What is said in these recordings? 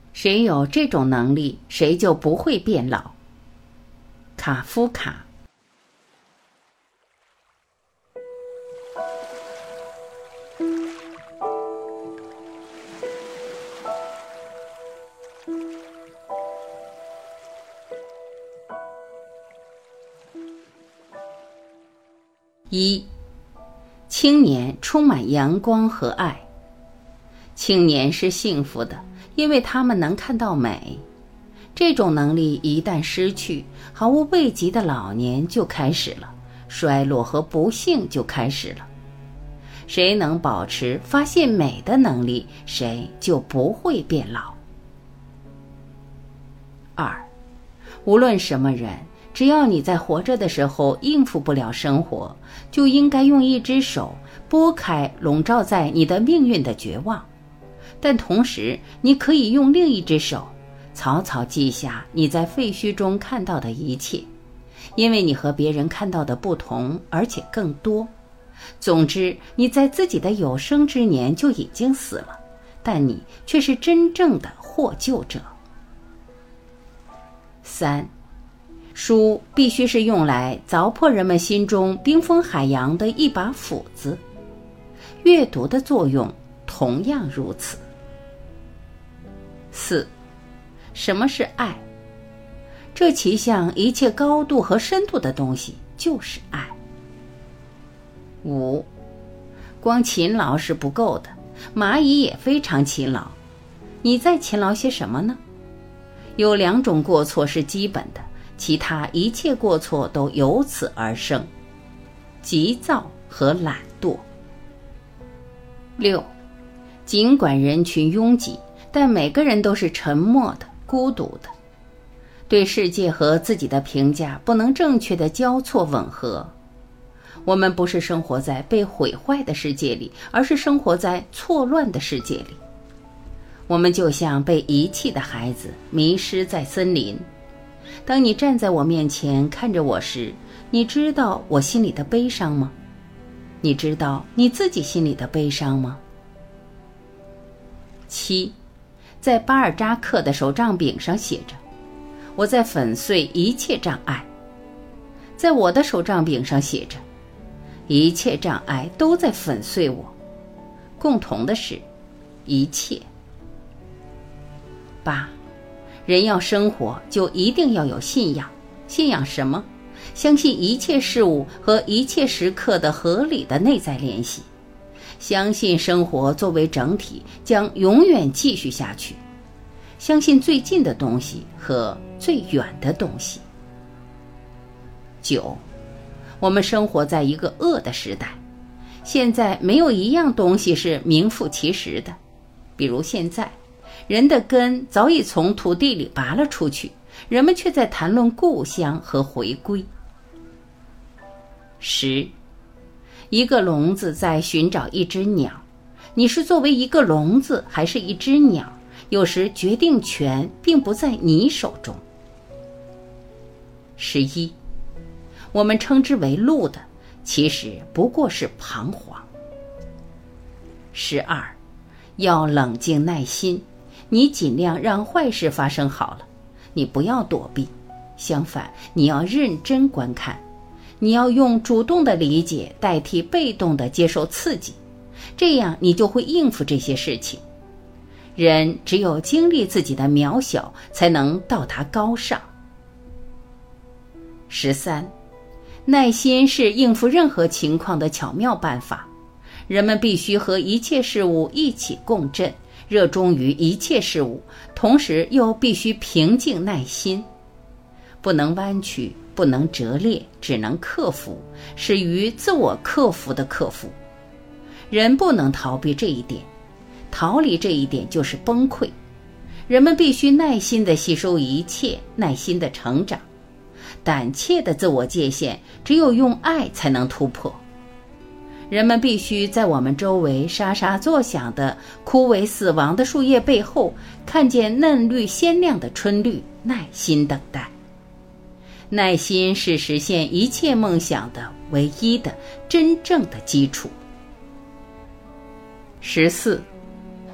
谁有这种能力，谁就不会变老。卡夫卡。一，青年充满阳光和爱。青年是幸福的，因为他们能看到美。这种能力一旦失去，毫无慰藉的老年就开始了，衰落和不幸就开始了。谁能保持发现美的能力，谁就不会变老。二，无论什么人，只要你在活着的时候应付不了生活，就应该用一只手拨开笼罩在你的命运的绝望，但同时你可以用另一只手草草记下你在废墟中看到的一切，因为你和别人看到的不同，而且更多。总之，你在自己的有生之年就已经死了，但你却是真正的获救者。三，书必须是用来凿破人们心中冰封海洋的一把斧子，阅读的作用同样如此。四，什么是爱？这其象一切高度和深度的东西就是爱。五，光勤劳是不够的，蚂蚁也非常勤劳。你在勤劳些什么呢？有两种过错是基本的，其他一切过错都由此而生：急躁和懒惰。六，尽管人群拥挤，但每个人都是沉默的、孤独的。对世界和自己的评价不能正确的交错吻合。我们不是生活在被毁坏的世界里，而是生活在错乱的世界里。我们就像被遗弃的孩子，迷失在森林。当你站在我面前看着我时，你知道我心里的悲伤吗？你知道你自己心里的悲伤吗？七，在巴尔扎克的手杖柄上写着：我在粉碎一切障碍。在我的手杖柄上写着：一切障碍都在粉碎我。共同的是，一切。八，人要生活就一定要有信仰。信仰什么？相信一切事物和一切时刻的合理的内在联系，相信生活作为整体将永远继续下去，相信最近的东西和最远的东西。九，我们生活在一个恶的时代，现在没有一样东西是名副其实的。比如现在，人的根早已从土地里拔了出去，人们却在谈论故乡和回归。10，一个聋子在寻找一只鸟，你是作为一个聋子还是一只鸟，有时决定权并不在你手中。11，我们称之为路的，其实不过是彷徨。12，要冷静耐心，你尽量让坏事发生好了，你不要躲避，相反，你要认真观看，你要用主动的理解代替被动的接受刺激，这样你就会应付这些事情。人只有经历自己的渺小，才能到达高尚。13，耐心是应付任何情况的巧妙办法。人们必须和一切事物一起共振，热衷于一切事物，同时又必须平静耐心，不能弯曲，不能折裂，只能克服，始于自我克服的克服。人不能逃避这一点，逃离这一点就是崩溃。人们必须耐心地吸收一切，耐心地成长。胆怯的自我界限，只有用爱才能突破。人们必须在我们周围沙沙作响的枯萎死亡的树叶背后，看见嫩绿鲜亮的春绿，耐心等待。耐心是实现一切梦想的唯一的真正的基础。14，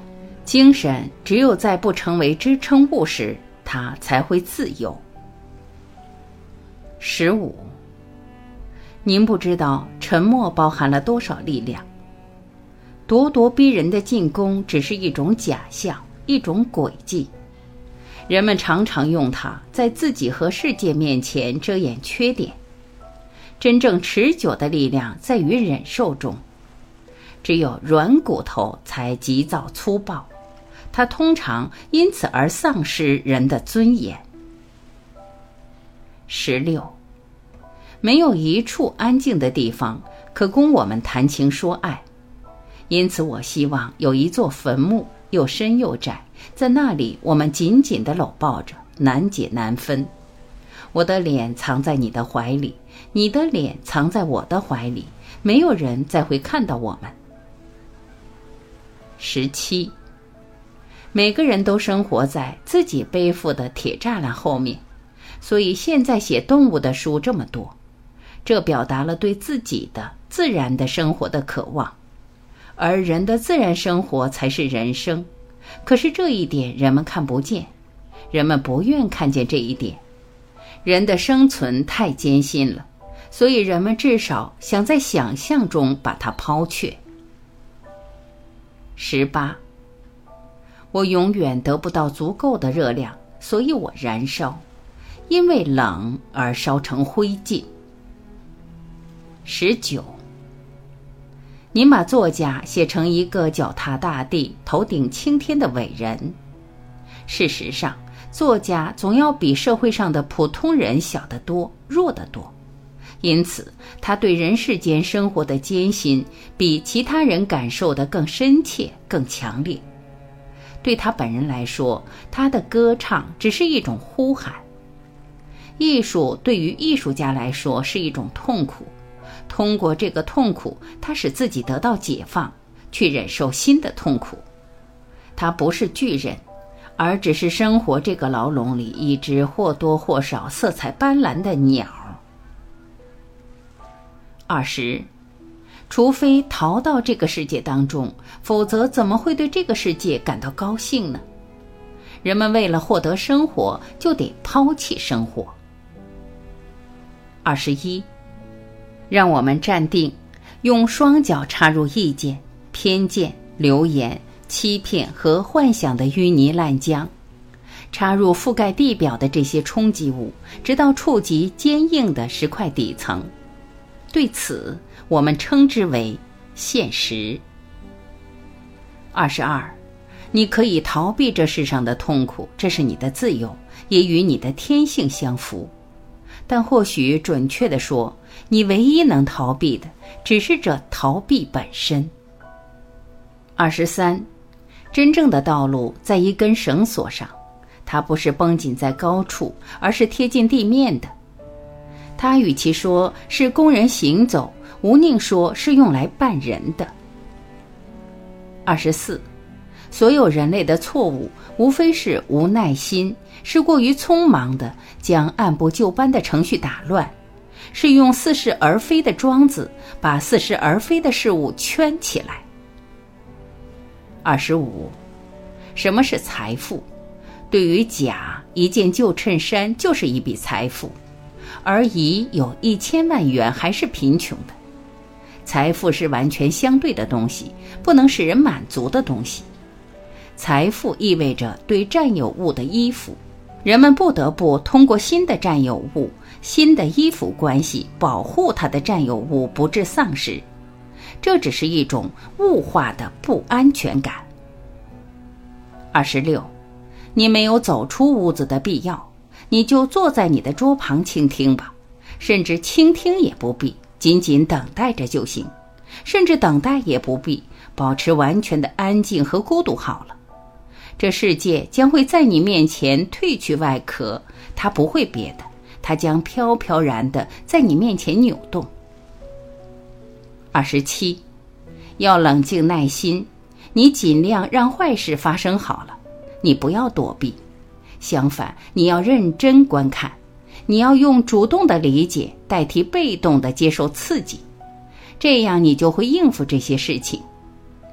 精神只有在不成为支撑物时，它才会自由。15. 您不知道沉默包含了多少力量。咄咄逼人的进攻只是一种假象，一种诡计。人们常常用它在自己和世界面前遮掩缺点。真正持久的力量在于忍受中。只有软骨头才急躁粗暴，它通常因此而丧失人的尊严。16. 没有一处安静的地方可供我们谈情说爱，因此我希望有一座坟墓，又深又窄，在那里我们紧紧地搂抱着，难解难分。我的脸藏在你的怀里，你的脸藏在我的怀里，没有人再会看到我们。17. 每个人都生活在自己背负的铁栅栏后面，所以现在写动物的书这么多，这表达了对自己的自然的生活的渴望，而人的自然生活才是人生。可是这一点人们看不见，人们不愿看见这一点。人的生存太艰辛了，所以人们至少想在想象中把它抛却。18. 我永远得不到足够的热量，所以我燃烧，因为冷而烧成灰烬。19. 您把作家写成一个脚踏大地、头顶青天的伟人。事实上，作家总要比社会上的普通人小得多，弱得多，因此他对人世间生活的艰辛比其他人感受得更深切、更强烈。对他本人来说，他的歌唱只是一种呼喊。艺术对于艺术家来说是一种痛苦，通过这个痛苦，他使自己得到解放，去忍受新的痛苦。他不是巨人，而只是生活这个牢笼里一只或多或少色彩斑斓的鸟。20. 除非逃到这个世界当中，否则怎么会对这个世界感到高兴呢？人们为了获得生活，就得抛弃生活。21. 让我们站定，用双脚插入意见、偏见、流言、欺骗和幻想的淤泥烂浆，插入覆盖地表的这些冲击物，直到触及坚硬的石块底层。对此，我们称之为现实。22. 你可以逃避这世上的痛苦，这是你的自由，也与你的天性相符。但或许准确地说，你唯一能逃避的，只是这逃避本身。23. 真正的道路在一根绳索上，它不是绷紧在高处，而是贴近地面的。它与其说是供人行走，无宁说是用来办人的。24. 所有人类的错误，无非是无耐心，是过于匆忙的将按部就班的程序打乱，是用似是而非的桩子把似是而非的事物圈起来。25. 什么是财富？对于甲，一件旧衬衫就是一笔财富，而乙有1000万元还是贫穷的。财富是完全相对的东西，不能使人满足的东西。财富意味着对占有物的依附，人们不得不通过新的占有物、新的依附关系保护他的占有物不致丧失，这只是一种物化的不安全感。26. 你没有走出屋子的必要，你就坐在你的桌旁倾听吧，甚至倾听也不必，仅仅等待着就行，甚至等待也不必，保持完全的安静和孤独好了。这世界将会在你面前褪去外壳，它不会别的，它将飘飘然地在你面前扭动。27. 要冷静耐心，你尽量让坏事发生好了，你不要躲避，相反，你要认真观看，你要用主动的理解代替被动的接受刺激，这样你就会应付这些事情。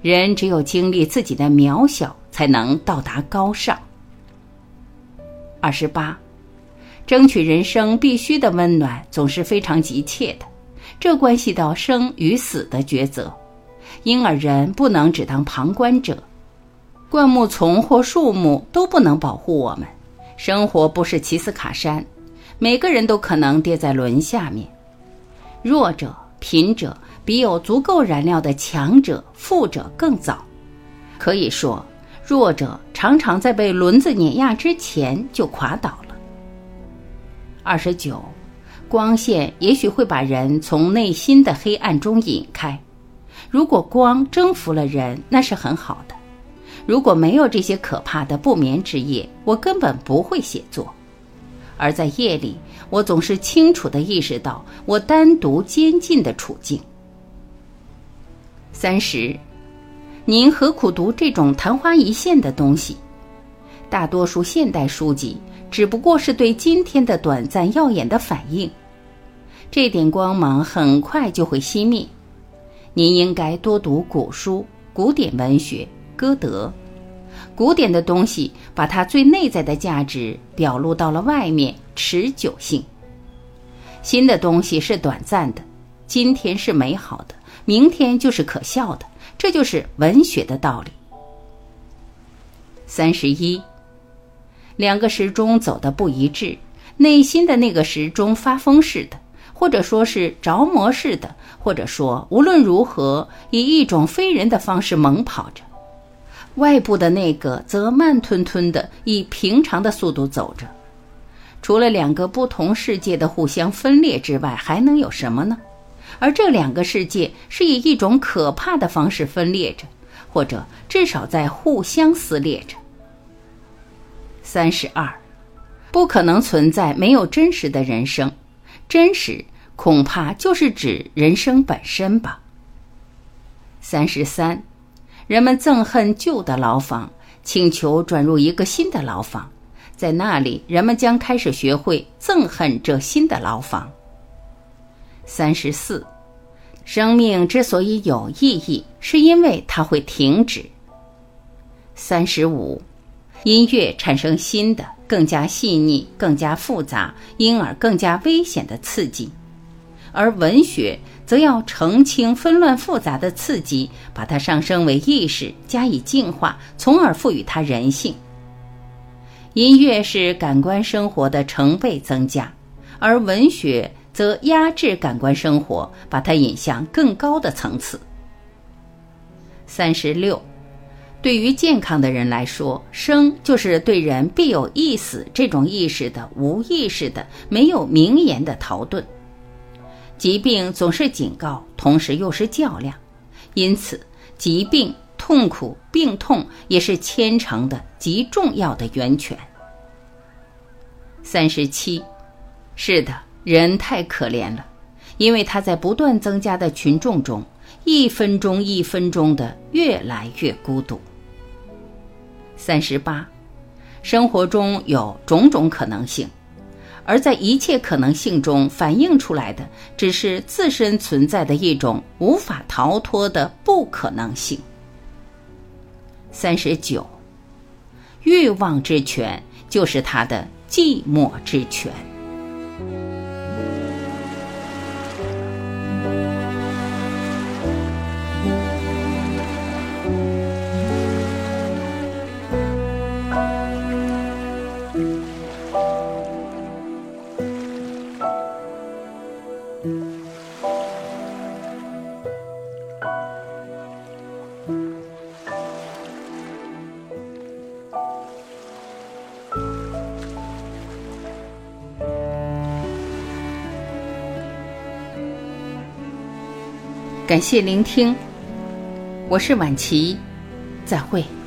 人只有经历自己的渺小，才能到达高尚。28，争取人生必须的温暖总是非常急切的，这关系到生与死的抉择，因而人不能只当旁观者。灌木丛或树木都不能保护我们，生活不是奇斯卡山，每个人都可能跌在轮下面。弱者、贫者比有足够燃料的强者、富者更早。可以说，弱者常常在被轮子碾压之前就垮倒了。29，光线也许会把人从内心的黑暗中引开。如果光征服了人，那是很好的。如果没有这些可怕的不眠之夜，我根本不会写作。而在夜里，我总是清楚地意识到我单独监禁的处境。30，您何苦读这种昙花一现的东西？大多数现代书籍只不过是对今天的短暂耀眼的反应，这点光芒很快就会熄灭。您应该多读古书、古典文学、歌德。古典的东西把它最内在的价值表露到了外面，持久性。新的东西是短暂的，今天是美好的，明天就是可笑的，这就是文学的道理。31，两个时钟走得不一致，内心的那个时钟发疯似的，或者说是着魔似的，或者说无论如何以一种非人的方式猛跑着，外部的那个则慢吞吞地以平常的速度走着。除了两个不同世界的互相分裂之外，还能有什么呢？而这两个世界是以一种可怕的方式分裂着，或者至少在互相撕裂着。32，不可能存在没有真实的人生，真实恐怕就是指人生本身吧。33，人们憎恨旧的牢房，请求转入一个新的牢房，在那里人们将开始学会憎恨这新的牢房。34，生命之所以有意义，是因为它会停止。35，音乐产生新的、更加细腻、更加复杂，因而更加危险的刺激，而文学则要澄清纷乱复杂的刺激，把它上升为意识，加以净化，从而赋予它人性。音乐是感官生活的成倍增加，而文学则压制感官生活，把它引向更高的层次。36，对于健康的人来说，生就是对人必有一死这种意识的无意识的没有明言的逃遁。疾病总是警告，同时又是较量，因此疾病、痛苦、病痛也是虔诚的极重要的源泉。37，是的，人太可怜了，因为他在不断增加的群众中，一分钟一分钟的越来越孤独。38，生活中有种种可能性，而在一切可能性中反映出来的只是自身存在的一种无法逃脱的不可能性。39，欲望之泉就是它的寂寞之泉。感谢聆听，我是婉琪，再会。